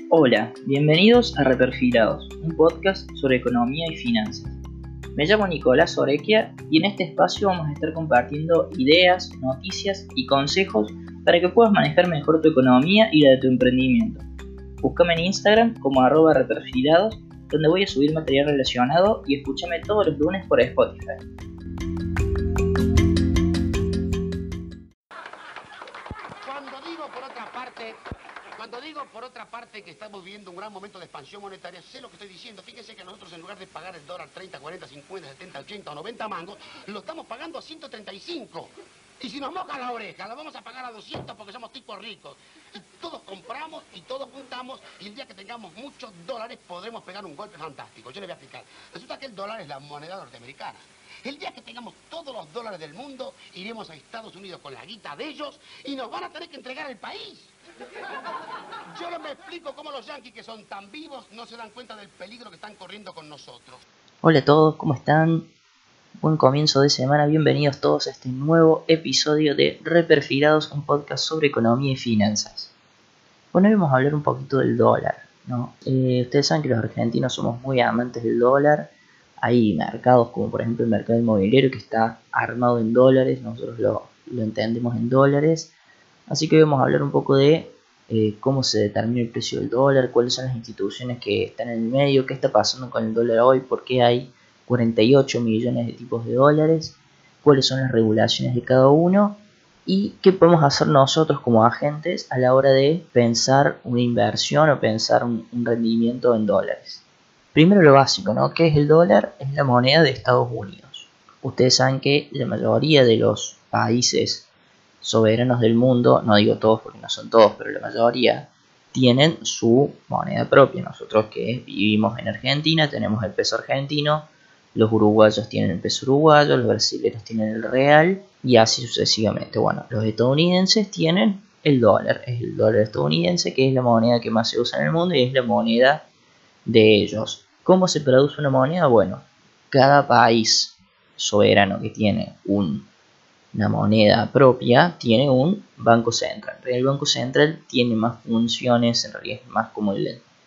Hola, bienvenidos a Reperfilados, un podcast sobre economía y finanzas. Me llamo Nicolás Orequia y en este espacio vamos a estar compartiendo ideas, noticias y consejos para que puedas manejar mejor tu economía y la de tu emprendimiento. Búscame en Instagram como @reperfilados, donde voy a subir material relacionado, y escúchame todos los lunes por Spotify. Cuando digo por otra parte que estamos viviendo un gran momento de expansión monetaria, sé lo que estoy diciendo. Fíjense que nosotros, en lugar de pagar el dólar 30, 40, 50, 70, 80 o 90 mangos, lo estamos pagando a 135. Y si nos moja la oreja, la vamos a pagar a 200 porque somos tipos ricos. Y todos compramos y todos juntamos, y el día que tengamos muchos dólares podremos pegar un golpe fantástico. Yo les voy a explicar. Resulta que el dólar es la moneda norteamericana. El día que tengamos todos los dólares del mundo, iremos a Estados Unidos con la guita de ellos y nos van a tener que entregar el país. Yo no me explico cómo los yanquis, que son tan vivos, no se dan cuenta del peligro que están corriendo con nosotros. Hola a todos, ¿cómo están? Buen comienzo de semana, bienvenidos todos a este nuevo episodio de Reperfilados, un podcast sobre economía y finanzas. Bueno, hoy vamos a hablar un poquito del dólar, ¿no? Ustedes saben que los argentinos somos muy amantes del dólar. Hay mercados como por ejemplo el mercado inmobiliario que está armado en dólares, nosotros lo entendemos en dólares. Así que hoy vamos a hablar un poco de cómo se determina el precio del dólar, cuáles son las instituciones que están en el medio, qué está pasando con el dólar hoy, por qué hay 48 millones de tipos de dólares, cuáles son las regulaciones de cada uno y qué podemos hacer nosotros como agentes a la hora de pensar una inversión o pensar un rendimiento en dólares. Primero lo básico, ¿no? ¿Qué es el dólar? Es la moneda de Estados Unidos. Ustedes saben que la mayoría de los países soberanos del mundo, no digo todos porque no son todos, pero la mayoría tienen su moneda propia. Nosotros que vivimos en Argentina tenemos el peso argentino, los uruguayos tienen el peso uruguayo, los brasileños tienen el real y así sucesivamente. Bueno, los estadounidenses tienen el dólar, es el dólar estadounidense, que es la moneda que más se usa en el mundo y es la moneda de ellos. ¿Cómo se produce una moneda? Bueno, cada país soberano que tiene una moneda propia tiene un banco central. El banco central tiene más funciones, en realidad es más como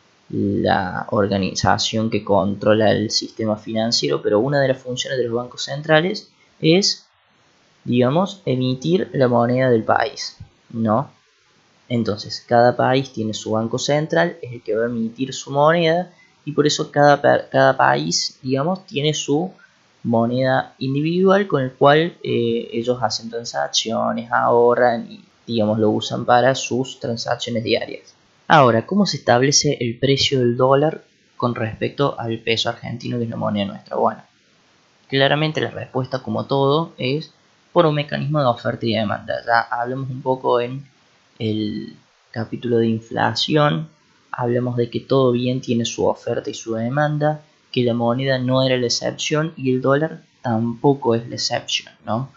la organización que controla el sistema financiero, pero una de las funciones de los bancos centrales es, digamos, emitir la moneda del país, ¿no? Entonces, cada país tiene su banco central, es el que va a emitir su moneda, y por eso cada país, digamos, tiene su moneda individual con el cual ellos hacen transacciones, ahorran y, digamos, lo usan para sus transacciones diarias. Ahora, ¿cómo se establece el precio del dólar con respecto al peso argentino, que es la moneda nuestra? Bueno, claramente la respuesta, como todo, es por un mecanismo de oferta y demanda. Ya hablamos un poco en el capítulo de inflación, hablamos de que todo bien tiene su oferta y su demanda, que la moneda no era la excepción y el dólar tampoco es la excepción, ¿no?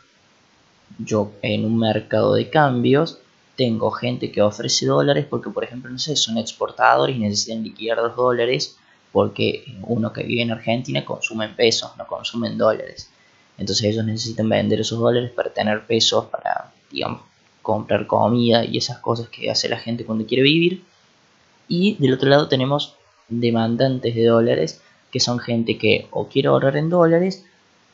Yo en un mercado de cambios tengo gente que ofrece dólares porque, por ejemplo, no sé, son exportadores y necesitan liquidar los dólares porque uno que vive en Argentina consume en pesos, no consume en dólares. Entonces ellos necesitan vender esos dólares para tener pesos para, digamos, comprar comida y esas cosas que hace la gente cuando quiere vivir. Y del otro lado tenemos demandantes de dólares, que son gente que o quiere ahorrar en dólares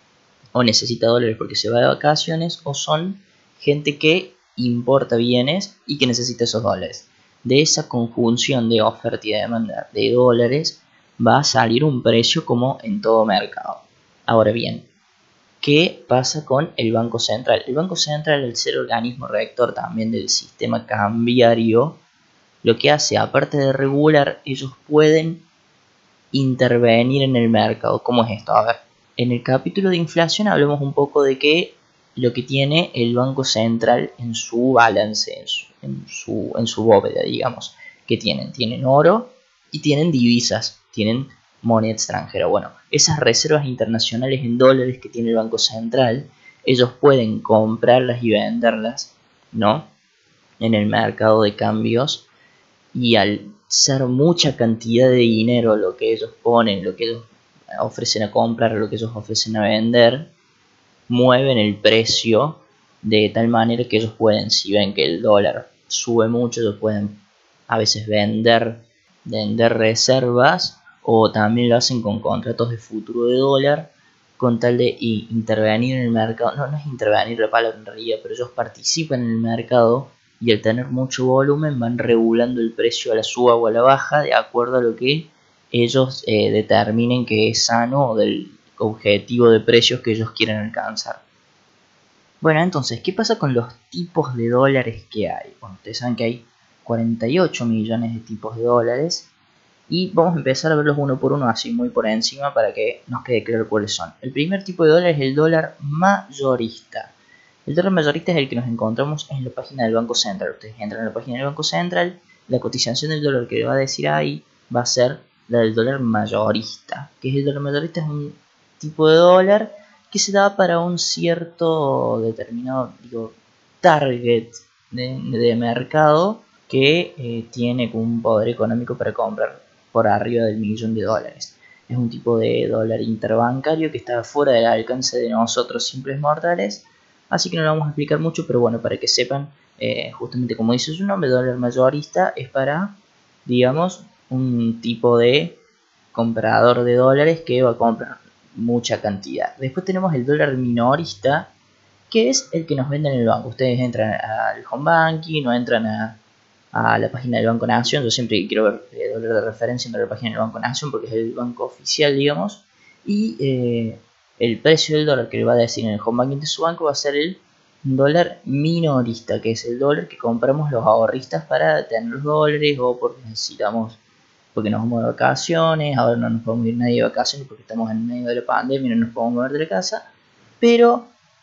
o necesita dólares porque se va de vacaciones, o son gente que importa bienes y que necesita esos dólares. De esa conjunción de oferta y demanda de dólares va a salir un precio como en todo mercado. Ahora bien, ¿qué pasa con el Banco Central? El Banco Central, al ser organismo rector también del sistema cambiario, lo que hace, aparte de regular, ellos pueden intervenir en el mercado. ¿Cómo es esto? A ver, en el capítulo de inflación hablamos un poco de que lo que tiene el Banco Central en su balance, en su bóveda, digamos, que tienen oro y tienen divisas, tienen moneda extranjera. Bueno, esas reservas internacionales en dólares que tiene el Banco Central, ellos pueden comprarlas y venderlas, ¿no?, en el mercado de cambios, y al ser mucha cantidad de dinero lo que ellos ponen, lo que ellos ofrecen a comprar, lo que ellos ofrecen a vender, mueven el precio de tal manera que ellos pueden, si ven que el dólar sube mucho, ellos pueden a veces vender vender reservas, o también lo hacen con contratos de futuro de dólar, con tal de intervenir en el mercado. No es intervenir la palabra en realidad, pero ellos participan en el mercado y al tener mucho volumen van regulando el precio a la suba o a la baja de acuerdo a lo que ellos determinen que es sano o del objetivo de precios que ellos quieren alcanzar. Bueno, entonces, ¿qué pasa con los tipos de dólares que hay? Bueno, ustedes saben que hay 48 millones de tipos de dólares y vamos a empezar a verlos uno por uno, así muy por encima, para que nos quede claro cuáles son. El primer tipo de dólar es el dólar mayorista. El dólar mayorista es el que nos encontramos en la página del Banco Central. Ustedes entran a la página del Banco Central, la cotización del dólar que le va a decir ahí va a ser la del dólar mayorista. ¿Qué es el dólar mayorista? Es un tipo de dólar que se da para un cierto determinado target de mercado que tiene un poder económico para comprar por arriba del $1.000.000. Es un tipo de dólar interbancario que está fuera del alcance de nosotros simples mortales, así que no lo vamos a explicar mucho, pero bueno, para que sepan, justamente como dice su nombre, dólar mayorista es para, digamos, un tipo de comprador de dólares que va a comprar mucha cantidad. Después tenemos el dólar minorista, que es el que nos venden en el banco. Ustedes entran al home banking o entran a la página del Banco Nación. Yo siempre quiero ver el dólar de referencia entre la página del Banco Nación porque es el banco oficial, digamos. Y el precio del dólar que le va a decir en el home banking de su banco va a ser el dólar minorista, que es el dólar que compramos los ahorristas para tener los dólares o porque necesitamos, porque nos vamos de vacaciones. Ahora no nos podemos ir nadie de vacaciones porque estamos en medio de la pandemia y no nos podemos mover de la casa, pero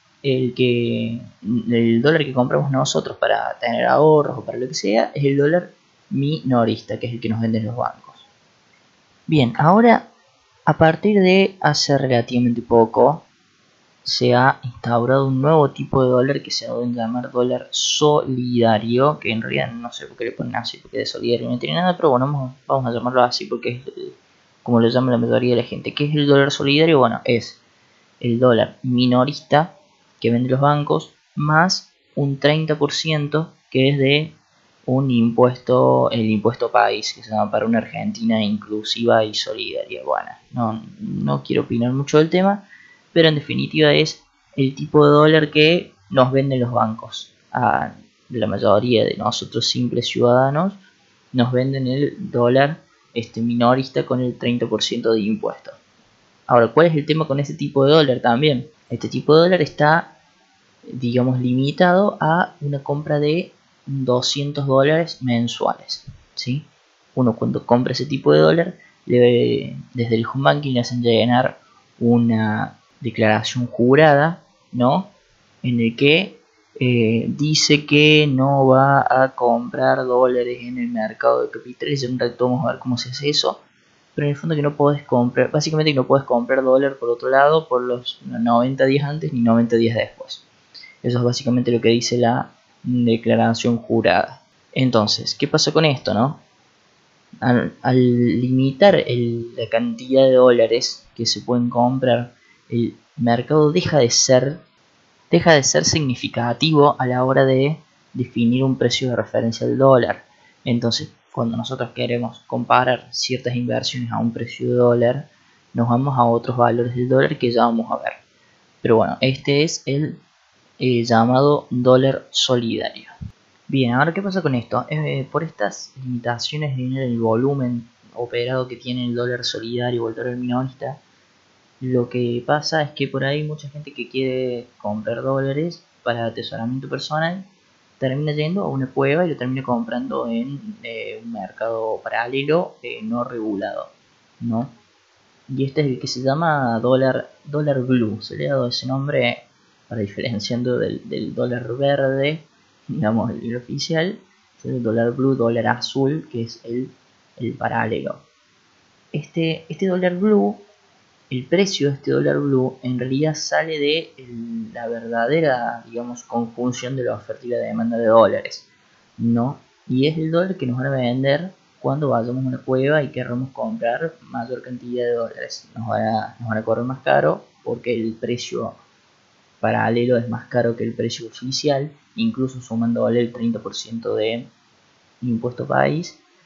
el dólar que compramos nosotros para tener ahorros o para lo que sea es el dólar minorista, que es el que nos venden los bancos. Bien, ahora a partir de hace relativamente poco se ha instaurado un nuevo tipo de dólar que se va a llamar dólar solidario, que en realidad no sé por qué le ponen así, porque de solidario no tiene nada, pero bueno, vamos a llamarlo así porque es como lo llama la mayoría de la gente. ¿Qué es el dólar solidario? Bueno, es el dólar minorista que venden los bancos más un 30% que es de un impuesto, el impuesto país, que se llama para una Argentina inclusiva y solidaria. Bueno, no quiero opinar mucho del tema, pero en definitiva es el tipo de dólar que nos venden los bancos. A la mayoría de nosotros simples ciudadanos nos venden el dólar minorista con el 30% de impuesto. Ahora, ¿cuál es el tema con ese tipo de dólar también? Este tipo de dólar está, digamos, limitado a una compra de $200 mensuales, ¿sí? Uno cuando compra ese tipo de dólar, desde el home banking le hacen llenar una declaración jurada, ¿no? En el que dice que no va a comprar dólares en el mercado de capitales. En un rato vamos a ver cómo se hace eso. Pero en el fondo que no podés comprar, básicamente que no podés comprar dólar por otro lado por los 90 días antes ni 90 días después. Eso es básicamente lo que dice la declaración jurada. Entonces, ¿qué pasa con esto, no? Al limitar la cantidad de dólares que se pueden comprar, el mercado deja de ser significativo a la hora de definir un precio de referencia al dólar. Entonces, cuando nosotros queremos comparar ciertas inversiones a un precio de dólar, nos vamos a otros valores del dólar que ya vamos a ver. Pero bueno, este es el llamado dólar solidario. Bien, ahora ¿qué pasa con esto? Por estas limitaciones en el volumen operado que tiene el dólar solidario o el dólar minorista, lo que pasa es que por ahí mucha gente que quiere comprar dólares para atesoramiento personal termina yendo a una cueva y lo termina comprando en un mercado paralelo no regulado, ¿no? Y este es el que se llama dólar blue. Se le ha dado ese nombre para diferenciando del dólar verde, digamos el oficial, es el dólar blue, dólar azul, que es el paralelo. Este dólar blue, el precio de este dólar blue en realidad sale de la verdadera, digamos, conjunción de la oferta y la demanda de dólares, ¿no? Y es el dólar que nos van a vender cuando vayamos a una cueva y querramos comprar mayor cantidad de dólares. Nos van a cobrar más caro porque el precio paralelo es más caro que el precio oficial, incluso sumándole el 30% de impuesto país.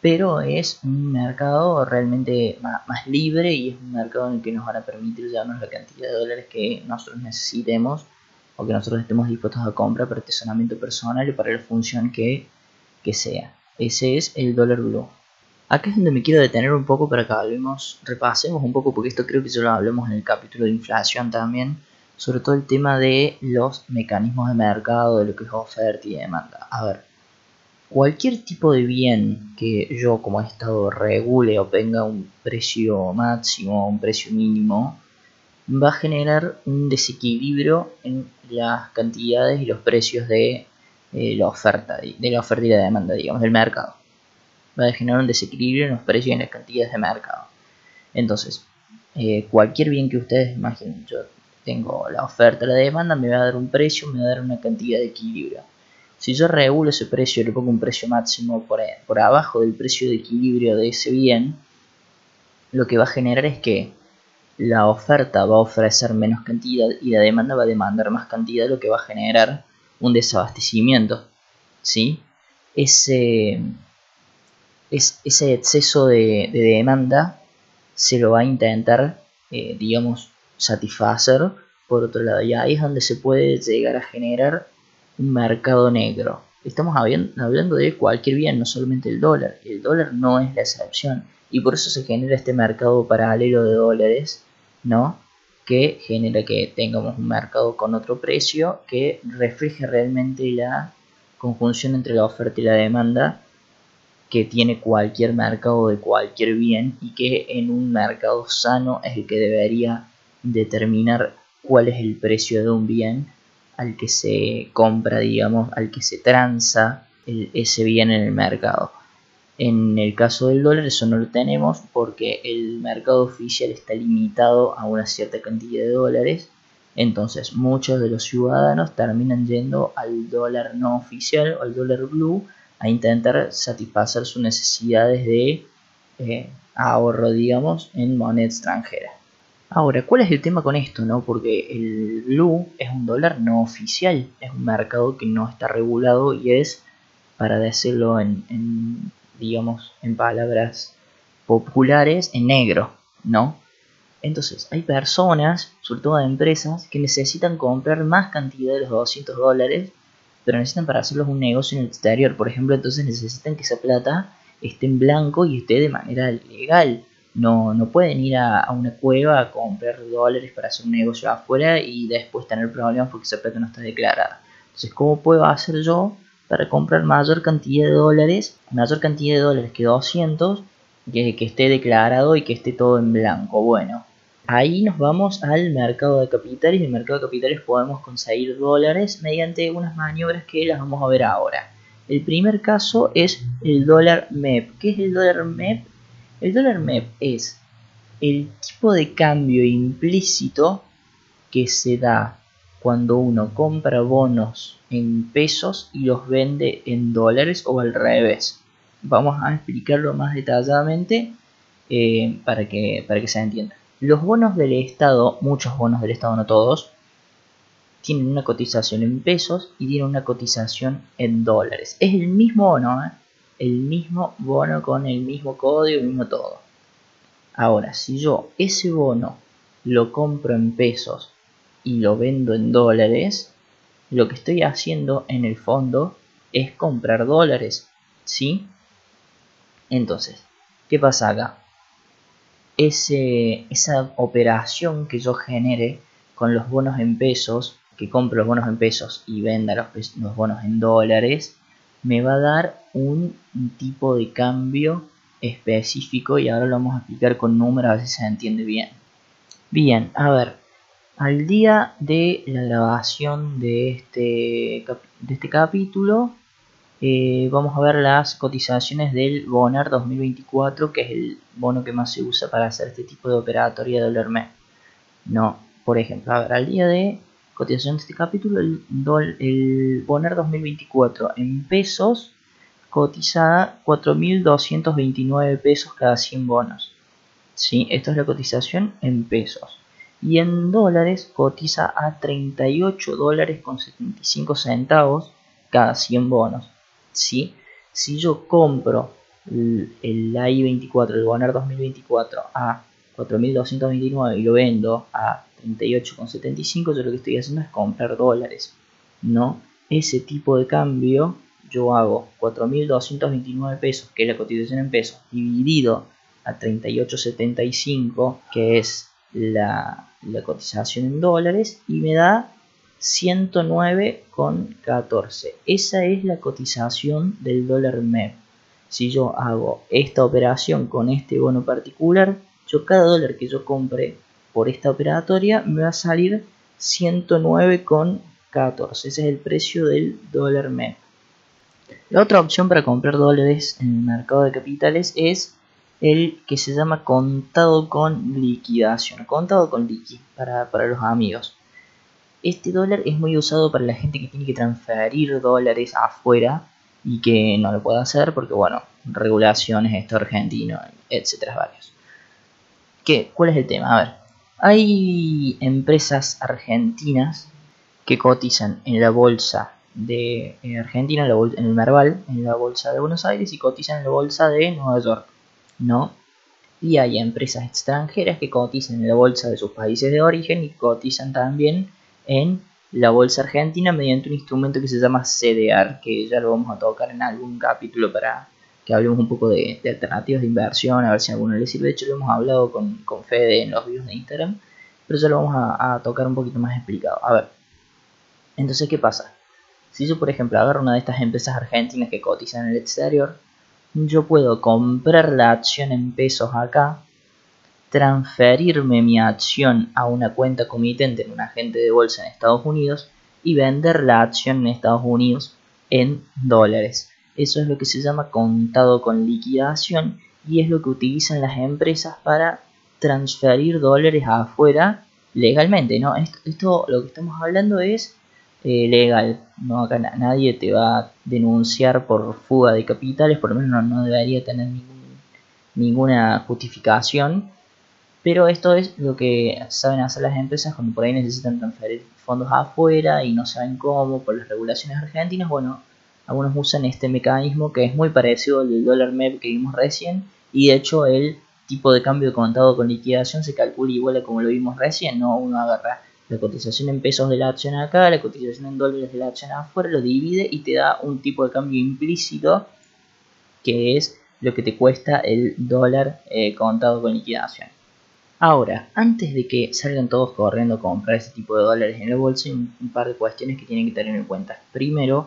pero es un mercado realmente más libre y es un mercado en el que nos van a permitir llevarnos la cantidad de dólares que nosotros necesitemos o que nosotros estemos dispuestos a comprar para artesanamiento personal y para la función que sea. Ese es el dólar blue. Acá es donde me quiero detener un poco para que repasemos un poco, porque esto creo que ya lo hablamos en el capítulo de inflación también, sobre todo el tema de los mecanismos de mercado, de lo que es oferta y demanda. A ver, cualquier tipo de bien que yo como Estado regule o tenga un precio máximo o un precio mínimo, va a generar un desequilibrio en las cantidades y los precios de la oferta y la demanda, digamos, del mercado. Va a generar un desequilibrio en los precios y en las cantidades de mercado. Entonces, cualquier bien que ustedes imaginen, yo tengo la oferta, la demanda, me va a dar un precio, me va a dar una cantidad de equilibrio. Si yo regulo ese precio y le pongo un precio máximo por abajo del precio de equilibrio de ese bien, lo que va a generar es que la oferta va a ofrecer menos cantidad y la demanda va a demandar más cantidad, lo que va a generar un desabastecimiento, ¿sí? Ese exceso de demanda se lo va a intentar, satisfacer por otro lado. Y ahí es donde se puede llegar a generar un mercado negro. Estamos hablando de cualquier bien, no solamente el dólar. El dólar no es la excepción. Y por eso se genera este mercado paralelo de dólares, ¿no? Que genera que tengamos un mercado con otro precio que refleje realmente la conjunción entre la oferta y la demanda que tiene cualquier mercado de cualquier bien, y que en un mercado sano es el que debería determinar cuál es el precio de un bien al que se compra, digamos, al que se transa ese bien en el mercado. En el caso del dólar eso no lo tenemos porque el mercado oficial está limitado a una cierta cantidad de dólares. Entonces muchos de los ciudadanos terminan yendo al dólar no oficial o al dólar blue a intentar satisfacer sus necesidades de ahorro, digamos, en moneda extranjera. Ahora, ¿cuál es el tema con esto, no? Porque el blue es un dólar no oficial, es un mercado que no está regulado y es, para decirlo digamos, en palabras populares, en negro, ¿no? Entonces, hay personas, sobre todo empresas, que necesitan comprar más cantidad de los 200 dólares, pero necesitan para hacerlos un negocio en el exterior, por ejemplo. Entonces necesitan que esa plata esté en blanco y esté de manera legal. No pueden ir a una cueva a comprar dólares para hacer un negocio afuera y después tener problemas porque esa plata no está declarada. Entonces, ¿cómo puedo hacer yo para comprar mayor cantidad de dólares que 200, que esté declarado y que esté todo en blanco? Bueno, ahí nos vamos al mercado de capitales. En el mercado de capitales podemos conseguir dólares mediante unas maniobras que las vamos a ver ahora. El primer caso es el dólar MEP. ¿Qué es el dólar MEP? El dólar MEP es el tipo de cambio implícito que se da cuando uno compra bonos en pesos y los vende en dólares, o al revés. Vamos a explicarlo más detalladamente para que se entienda. Los bonos del Estado, muchos bonos del Estado, no todos, tienen una cotización en pesos y tienen una cotización en dólares. Es el mismo bono, el mismo bono con el mismo código, el mismo todo. Ahora, si yo ese bono lo compro en pesos y lo vendo en dólares, lo que estoy haciendo en el fondo es comprar dólares, ¿sí? Entonces, ¿qué pasa acá? Esa operación que yo genere con los bonos en pesos, que compro los bonos en pesos y venda los bonos en dólares, me va a dar un tipo de cambio específico, y ahora lo vamos a explicar con números a ver si se entiende bien. Bien, a ver, al día de la grabación de este capítulo, vamos a ver las cotizaciones del Bonar 2024, que es el bono que más se usa para hacer este tipo de operatoria de dólar MEP. No, por ejemplo, a ver, al día de cotización de este capítulo, el Bonar 2024 en pesos cotiza 4.229 pesos cada 100 bonos. ¿Sí? Esto es la cotización en pesos. Y en dólares cotiza a 38 dólares con 75 centavos cada 100 bonos. ¿Sí? Si yo compro el AI-24, el Bonar 2024 a 4.229 y lo vendo a 38,75, yo lo que estoy haciendo es comprar dólares, ¿no? Ese tipo de cambio yo hago 4.229 pesos, que es la cotización en pesos, dividido a 38,75, que es la cotización en dólares, y me da 109,14. Esa es la cotización del dólar MEP. Si yo hago esta operación con este bono particular, yo cada dólar que yo compre por esta operatoria me va a salir 109,14. Ese es el precio del dólar MEP. La otra opción para comprar dólares en el mercado de capitales es el que se llama contado con liquidación, contado con liqui para los amigos. Este dólar es muy usado para la gente que tiene que transferir dólares afuera y que no lo puede hacer porque, bueno, regulaciones, Estado argentino, etcétera, varios. ¿Cuál es el tema? A ver, hay empresas argentinas que cotizan en la bolsa de Argentina, en el Merval, en la bolsa de Buenos Aires, y cotizan en la bolsa de Nueva York, ¿no? Y hay empresas extranjeras que cotizan en la bolsa de sus países de origen y cotizan también en la bolsa argentina mediante un instrumento que se llama CDR, que ya lo vamos a tocar en algún capítulo para que hablemos un poco de alternativas de inversión, a ver si a alguno le sirve. De hecho, lo hemos hablado con Fede en los videos de Instagram, pero ya lo vamos a tocar un poquito más explicado. A ver, entonces, ¿qué pasa? Si yo, por ejemplo, agarro una de estas empresas argentinas que cotizan en el exterior, yo puedo comprar la acción en pesos acá, transferirme mi acción a una cuenta comitente en un agente de bolsa en Estados Unidos y vender la acción en Estados Unidos en dólares. Eso es lo que se llama contado con liquidación y es lo que utilizan las empresas para transferir dólares afuera legalmente, ¿no? Esto lo que estamos hablando es legal, ¿no? Acá nadie te va a denunciar por fuga de capitales, por lo menos no debería tener ninguna justificación. Pero esto es lo que saben hacer las empresas cuando por ahí necesitan transferir fondos afuera y no saben cómo por las regulaciones argentinas. Bueno, algunos usan este mecanismo que es muy parecido al del dólar MEP que vimos recién, y de hecho el tipo de cambio de contado con liquidación se calcula igual a como lo vimos recién, ¿no? Uno agarra la cotización en pesos de la acción acá, la cotización en dólares de la acción afuera, lo divide y te da un tipo de cambio implícito que es lo que te cuesta el dólar contado con liquidación. Ahora, antes de que salgan todos corriendo a comprar ese tipo de dólares en la bolsa, hay un par de cuestiones que tienen que tener en cuenta. Primero,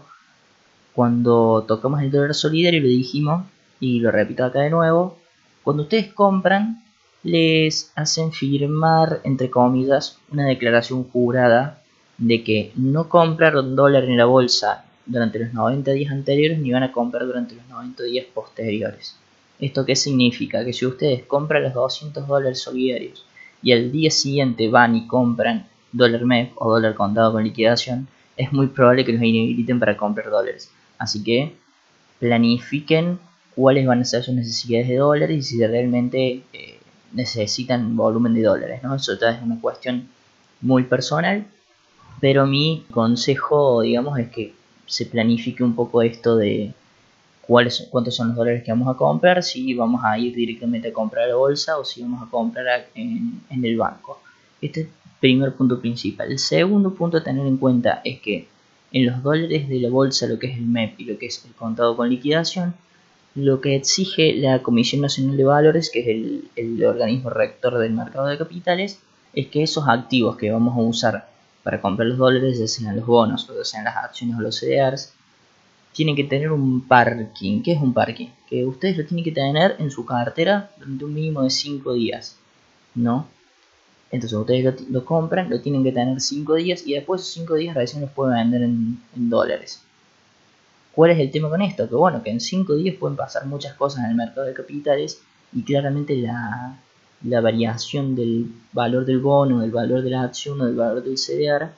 cuando tocamos el dólar solidario lo dijimos, y lo repito acá de nuevo, cuando ustedes compran, les hacen firmar, entre comillas, una declaración jurada de que no compraron dólar en la bolsa durante los 90 días anteriores ni van a comprar durante los 90 días posteriores. ¿Esto qué significa? Que si ustedes compran los 200 dólares solidarios y al día siguiente van y compran dólar MEP o dólar contado con liquidación, es muy probable que los inhabiliten para comprar dólares. Así que planifiquen cuáles van a ser sus necesidades de dólares y si realmente necesitan volumen de dólares, ¿no? Eso ya es una cuestión muy personal, pero mi consejo, digamos, es que se planifique un poco esto de cuántos son los dólares que vamos a comprar, si vamos a ir directamente a comprar a la bolsa o si vamos a comprar en el banco. Este es el primer punto principal. El segundo punto a tener en cuenta es que en los dólares de la bolsa, lo que es el MEP y lo que es el contado con liquidación, lo que exige la Comisión Nacional de Valores, que es el organismo rector del mercado de capitales, es que esos activos que vamos a usar para comprar los dólares, ya sean los bonos o ya sean las acciones o los CDRs, tienen que tener un parking. ¿Qué es un parking? Que ustedes lo tienen que tener en su cartera durante un mínimo de 5 días, ¿no? Entonces ustedes lo compran, lo tienen que tener 5 días y después de 5 días recién los pueden vender en dólares. ¿Cuál es el tema con esto? Que bueno, que en 5 días pueden pasar muchas cosas en el mercado de capitales y claramente la variación del valor del bono, del valor de la acción o del valor del CDR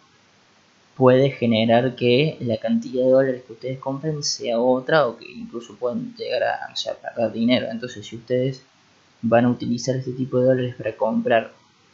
puede generar que la cantidad de dólares que ustedes compren sea otra o que incluso pueden llegar a, perder dinero. Entonces, si ustedes van a utilizar este tipo de dólares para comprar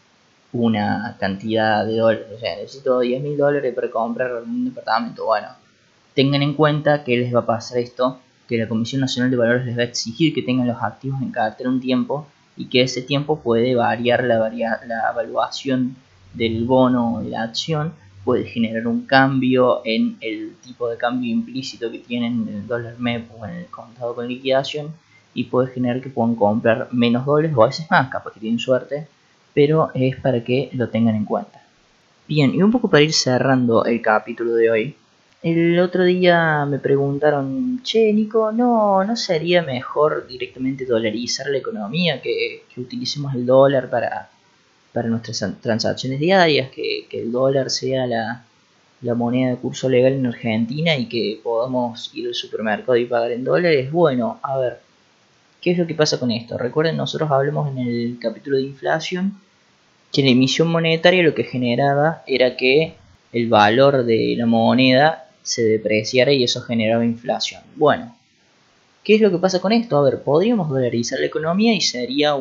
una cantidad de dólares, o sea, necesito 10.000 dólares para comprar un departamento, bueno, tengan en cuenta que les va a pasar esto que la Comisión Nacional de Valores les va a exigir que tengan los activos en cartera un tiempo y que ese tiempo puede variar la evaluación del bono o de la acción, puede generar un cambio en el tipo de cambio implícito que tienen en el dólar MEP o en el contado con liquidación y puede generar que puedan comprar menos dólares o a veces más, capaz que tienen suerte, pero es para que lo tengan en cuenta. Bien, y un poco para ir cerrando el capítulo de hoy, el otro día me preguntaron, che Nico, ¿no sería mejor directamente dolarizar la economía, que utilicemos el dólar para nuestras transacciones diarias, que el dólar sea la moneda de curso legal en Argentina y que podamos ir al supermercado y pagar en dólares? Bueno, a ver, ¿qué es lo que pasa con esto? Recuerden, nosotros hablamos en el capítulo de inflación que la emisión monetaria lo que generaba era que el valor de la moneda se depreciara y eso generaba inflación. Bueno, ¿qué es lo que pasa con esto? A ver, podríamos dolarizar la economía y sería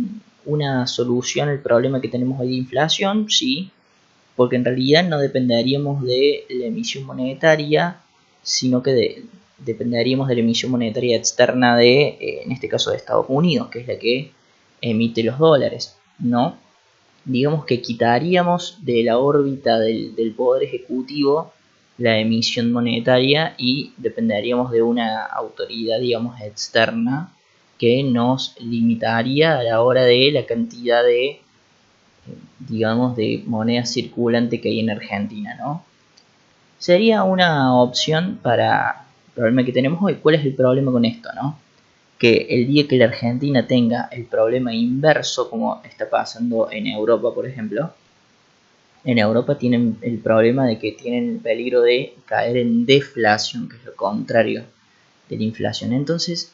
una solución al problema que tenemos hoy de inflación, sí, porque en realidad no dependeríamos de la emisión monetaria, sino que dependeríamos de la emisión monetaria externa de, en este caso de Estados Unidos, que es la que emite los dólares, ¿no? Digamos que quitaríamos de la órbita del poder ejecutivo la emisión monetaria y dependeríamos de una autoridad, digamos, externa que nos limitaría a la hora de la cantidad de, digamos, de moneda circulante que hay en Argentina, ¿no? Sería una opción para el problema que tenemos hoy. ¿Cuál es el problema con esto, no? Que el día que la Argentina tenga el problema inverso, como está pasando en Europa, por ejemplo, en Europa tienen el problema de que tienen el peligro de caer en deflación, que es lo contrario de la inflación. Entonces,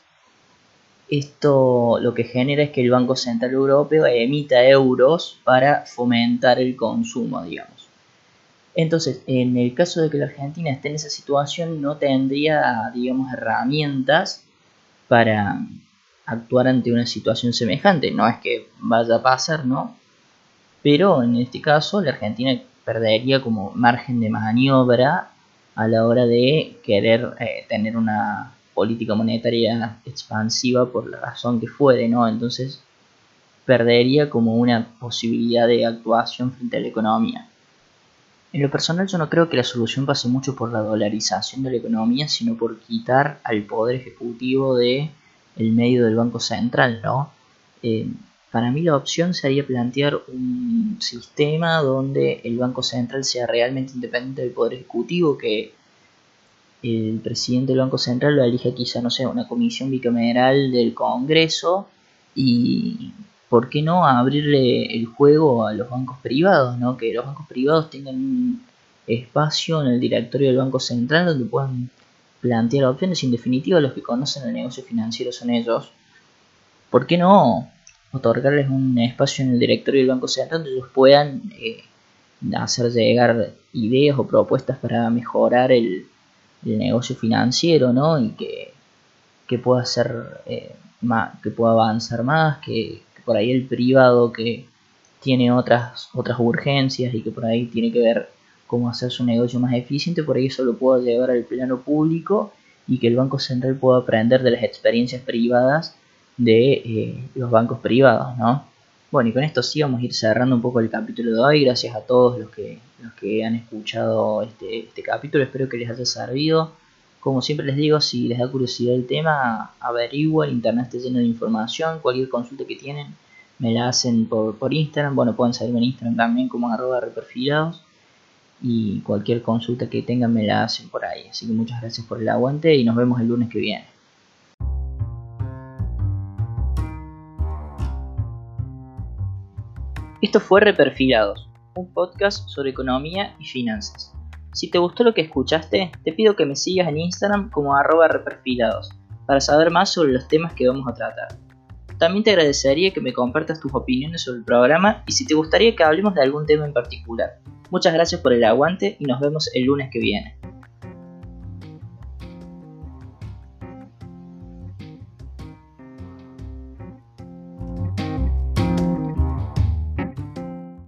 esto lo que genera es que el Banco Central Europeo emita euros para fomentar el consumo, digamos. Entonces, en el caso de que la Argentina esté en esa situación, no tendría, digamos, herramientas para actuar ante una situación semejante. No es que vaya a pasar, ¿no? Pero en este caso la Argentina perdería como margen de maniobra a la hora de querer tener una política monetaria expansiva por la razón que fuere, ¿no? Entonces perdería como una posibilidad de actuación frente a la economía. En lo personal yo no creo que la solución pase mucho por la dolarización de la economía, sino por quitar al poder ejecutivo de el medio del Banco Central, ¿no? Para mí la opción sería plantear un sistema donde el Banco Central sea realmente independiente del poder ejecutivo, que el presidente del Banco Central lo elija quizá, no sé, una comisión bicameral del Congreso y ¿por qué no abrirle el juego a los bancos privados, ¿no? Que los bancos privados tengan un espacio en el directorio del Banco Central donde puedan plantear opciones. En definitiva, los que conocen el negocio financiero son ellos. ¿Por qué no otorgarles un espacio en el directorio del Banco Central donde ellos puedan hacer llegar ideas o propuestas para mejorar el negocio financiero, ¿no? Y que pueda ser que pueda avanzar más, que por ahí el privado que tiene otras urgencias y que por ahí tiene que ver cómo hacer su negocio más eficiente, por ahí eso lo pueda llevar al plano público y que el Banco Central pueda aprender de las experiencias privadas de los bancos privados, ¿no? Bueno, y con esto sí vamos a ir cerrando un poco el capítulo de hoy. Gracias a todos los que han escuchado este capítulo, espero que les haya servido. Como siempre les digo, si les da curiosidad el tema, averigua, el internet está lleno de información, cualquier consulta que tienen me la hacen por Instagram, bueno, pueden seguirme en Instagram también como @reperfilados y cualquier consulta que tengan me la hacen por ahí. Así que muchas gracias por el aguante y nos vemos el lunes que viene. Esto fue Reperfilados, un podcast sobre economía y finanzas. Si te gustó lo que escuchaste, te pido que me sigas en Instagram como @reperfilados para saber más sobre los temas que vamos a tratar. También te agradecería que me compartas tus opiniones sobre el programa y si te gustaría que hablemos de algún tema en particular. Muchas gracias por el aguante y nos vemos el lunes que viene.